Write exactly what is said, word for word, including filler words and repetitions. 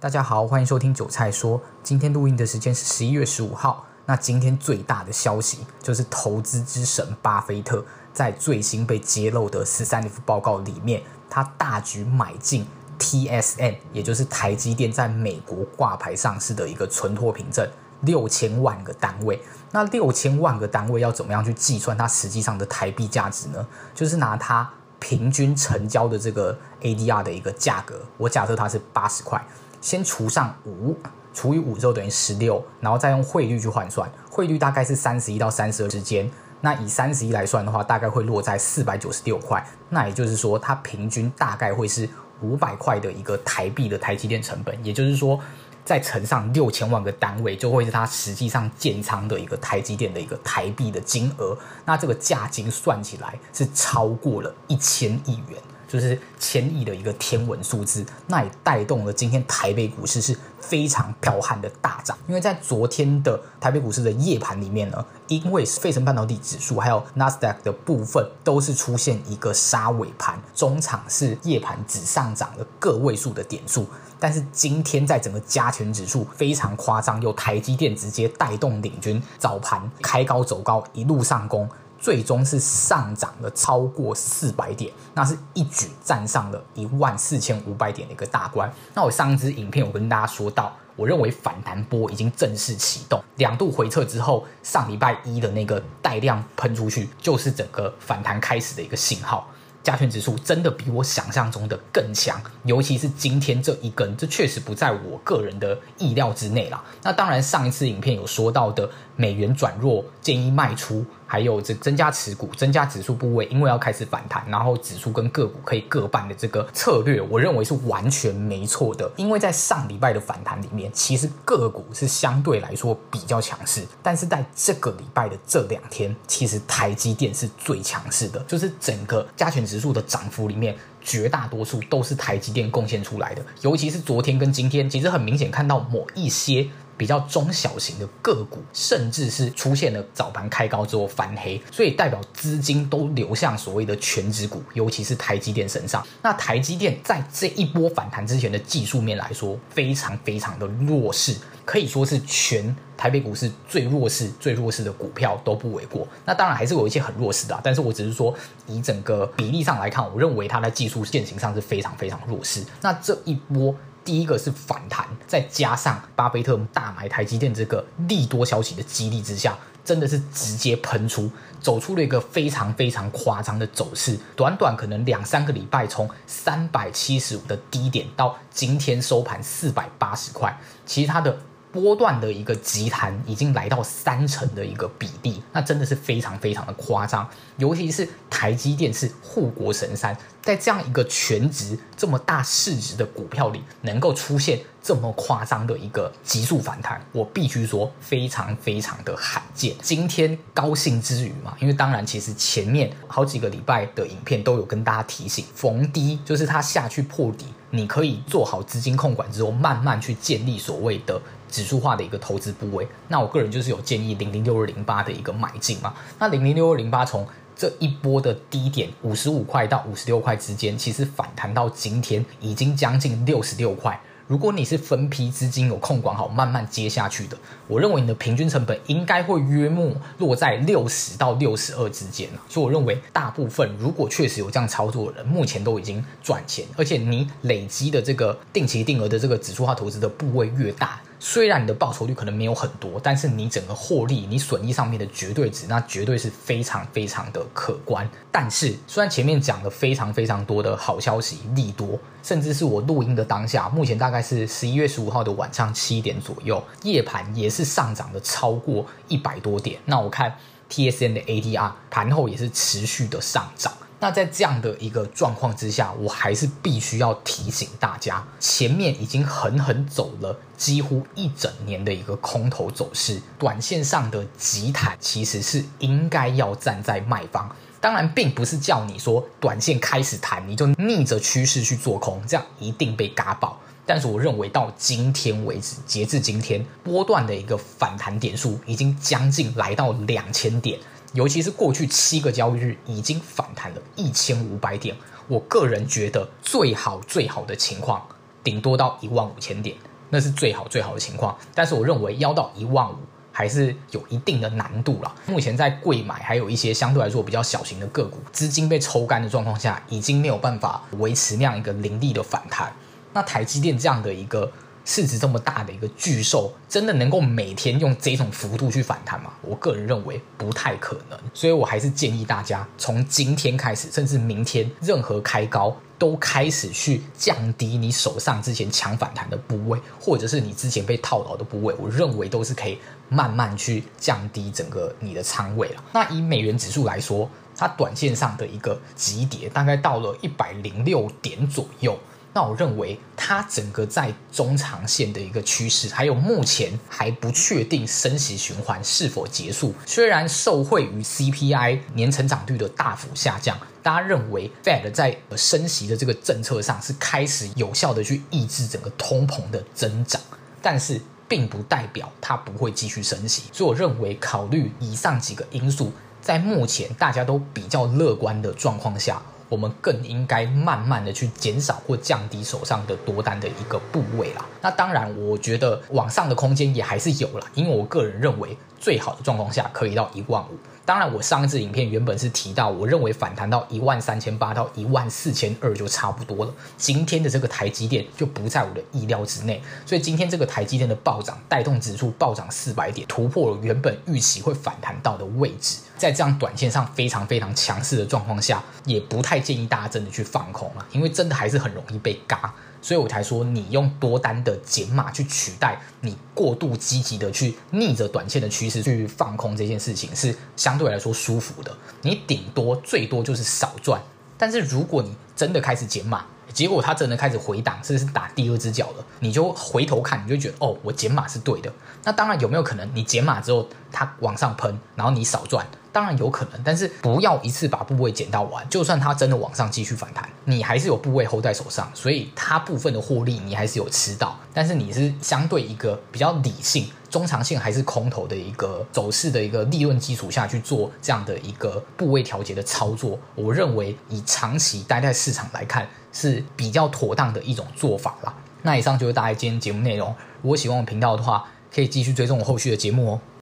大家好，欢迎收听韭菜说。今天录音的时间是十一月十五号。那今天最大的消息就是投资之神巴菲特在最新被揭露的十三 F 报告里面，他大举买进 T S M， 也就是台积电在美国挂牌上市的一个存托凭证，六千万个单位。那六千万个单位要怎么样去计算它实际上的台币价值呢？就是拿它平均成交的这个 A D R 的一个价格，我假设它是八十块，先除上五，除以五之后等于十六，然后再用汇率去换算，汇率大概是三十一到三十二之间。那以三十一来算的话，大概会落在四百九十六块。那也就是说，它平均大概会是五百块的一个台币的台积电成本。也就是说，再乘上六千万个单位，就会是它实际上建仓的一个台积电的一个台币的金额。那这个价金算起来是超过了一千亿元。就是千亿的一个天文数字，那也带动了今天台北股市是非常彪悍的大涨。因为在昨天的台北股市的夜盘里面呢，因为费城半导体指数还有 Nasdaq 的部分都是出现一个杀尾盘，中场是夜盘只上涨了个位数的点数。但是今天在整个加权指数非常夸张，由台积电直接带动领军，早盘开高走高，一路上攻。最终是上涨了超过四百点，那是一举站上了一万四千五百点的一个大关。那我上一支影片我跟大家说到，我认为反弹波已经正式启动，两度回撤之后，上礼拜一的那个带量喷出去，就是整个反弹开始的一个信号。加权指数真的比我想象中的更强，尤其是今天这一根，这确实不在我个人的意料之内啦。那当然，上一次影片有说到的美元转弱，建议卖出，还有这增加持股、增加指数部位，因为要开始反弹，然后指数跟个股可以各半的这个策略，我认为是完全没错的。因为在上礼拜的反弹里面，其实个股是相对来说比较强势，但是在这个礼拜的这两天，其实台积电是最强势的，就是整个加权指数的涨幅里面，绝大多数都是台积电贡献出来的。尤其是昨天跟今天，其实很明显看到某一些比较中小型的个股，甚至是出现了早盘开高之后翻黑，所以代表资金都流向所谓的全指股，尤其是台积电身上。那台积电在这一波反弹之前的技术面来说，非常非常的弱势，可以说是全台北股市最弱势、最弱势的股票都不为过。那当然还是有一些很弱势的、啊，但是我只是说以整个比例上来看，我认为它在技术线型上是非常非常弱势。那这一波，第一个是反弹，再加上巴菲特大买台积电这个利多消息的激励之下，真的是直接喷出，走出了一个非常非常夸张的走势。短短可能两三个礼拜，从三百七十五的低点到今天收盘四百八十块，其实它的波段的一个急弹已经来到三成的一个比例，那真的是非常非常的夸张。尤其是台积电是护国神山，在这样一个全值这么大市值的股票里，能够出现这么夸张的一个急速反弹，我必须说非常非常的罕见。今天高兴之余嘛，因为当然其实前面好几个礼拜的影片都有跟大家提醒，逢低就是它下去破底，你可以做好资金控管之后，慢慢去建立所谓的指数化的一个投资部位。那我个人就是有建议零零六二零八的一个买进嘛。那零零六二零八从这一波的低点五十五块到五十六块之间，其实反弹到今天已经将近六十六块。如果你是分批资金有控管好，慢慢接下去的，我认为你的平均成本应该会约莫落在六十到六十二之间。所以我认为大部分如果确实有这样操作的人，目前都已经赚钱，而且你累积的这个定期定额的这个指数化投资的部位越大，虽然你的报酬率可能没有很多，但是你整个获利、你损益上面的绝对值，那绝对是非常非常的可观。但是虽然前面讲了非常非常多的好消息、利多，甚至是我录音的当下，目前大概是十一月十五号的晚上七点左右，夜盘也是上涨了超过一百多点。那我看 T S M 的 A D R 盘后也是持续的上涨。那在这样的一个状况之下，我还是必须要提醒大家，前面已经狠狠走了几乎一整年的一个空头走势，短线上的急弹其实是应该要站在卖方。当然并不是叫你说短线开始弹你就逆着趋势去做空，这样一定被嘎爆。但是我认为到今天为止，截至今天，波段的一个反弹点数已经将近来到两千点，尤其是过去七个交易日已经反弹了一千五百点。我个人觉得最好最好的情况， 顶多到一万五千点，那是最好最好的情况。但是我认为要到一万五还是有一定的难度啦。目前在贵买还有一些相对来说比较小型的个股，资金被抽干的状况下，已经没有办法维持那样一个凌厉的反弹。那台积电这样的一个市值这么大的一个巨兽，真的能够每天用这种幅度去反弹吗？我个人认为不太可能。所以我还是建议大家从今天开始，甚至明天任何开高都开始去降低你手上之前强反弹的部位，或者是你之前被套牢的部位，我认为都是可以慢慢去降低整个你的仓位了。那以美元指数来说，它短线上的一个急跌大概到了一百零六点左右，那我认为它整个在中长线的一个趋势，还有目前还不确定升息循环是否结束，虽然受惠于 C P I 年成长率的大幅下降，大家认为 Fed 在升息的这个政策上是开始有效的去抑制整个通膨的增长，但是并不代表它不会继续升息。所以我认为考虑以上几个因素，在目前大家都比较乐观的状况下，我们更应该慢慢的去减少或降低手上的多单的一个部位啦。那当然我觉得往上的空间也还是有啦，因为我个人认为最好的状况下可以到一万五。当然我上一支影片原本是提到我认为反弹到一万三千八到一万四千二就差不多了，今天的这个台积电就不在我的意料之内，所以今天这个台积电的暴涨带动指数暴涨四百点，突破了原本预期会反弹到的位置。在这样短线上非常非常强势的状况下，也不太建议大家真的去放空了，因为真的还是很容易被嘎。所以我才说你用多单的减码去取代你过度积极的去逆着短线的趋势去放空，这件事情是相对来说舒服的。你顶多最多就是少赚，但是如果你真的开始减码，结果它真的开始回档，甚至是打第二只脚了，你就回头看，你就觉得哦，我减码是对的。那当然有没有可能你减码之后它往上喷，然后你少赚？当然有可能，但是不要一次把部位减到完，就算它真的往上继续反弹，你还是有部位 hold 在手上，所以它部分的获利你还是有吃到，但是你是相对一个比较理性中长线还是空头的一个走势的一个利润基础下去做这样的一个部位调节的操作，我认为以长期待在市场来看是比较妥当的一种做法啦。那以上就是大概今天节目内容，如果喜欢我频道的话，可以继续追踪我后续的节目哦。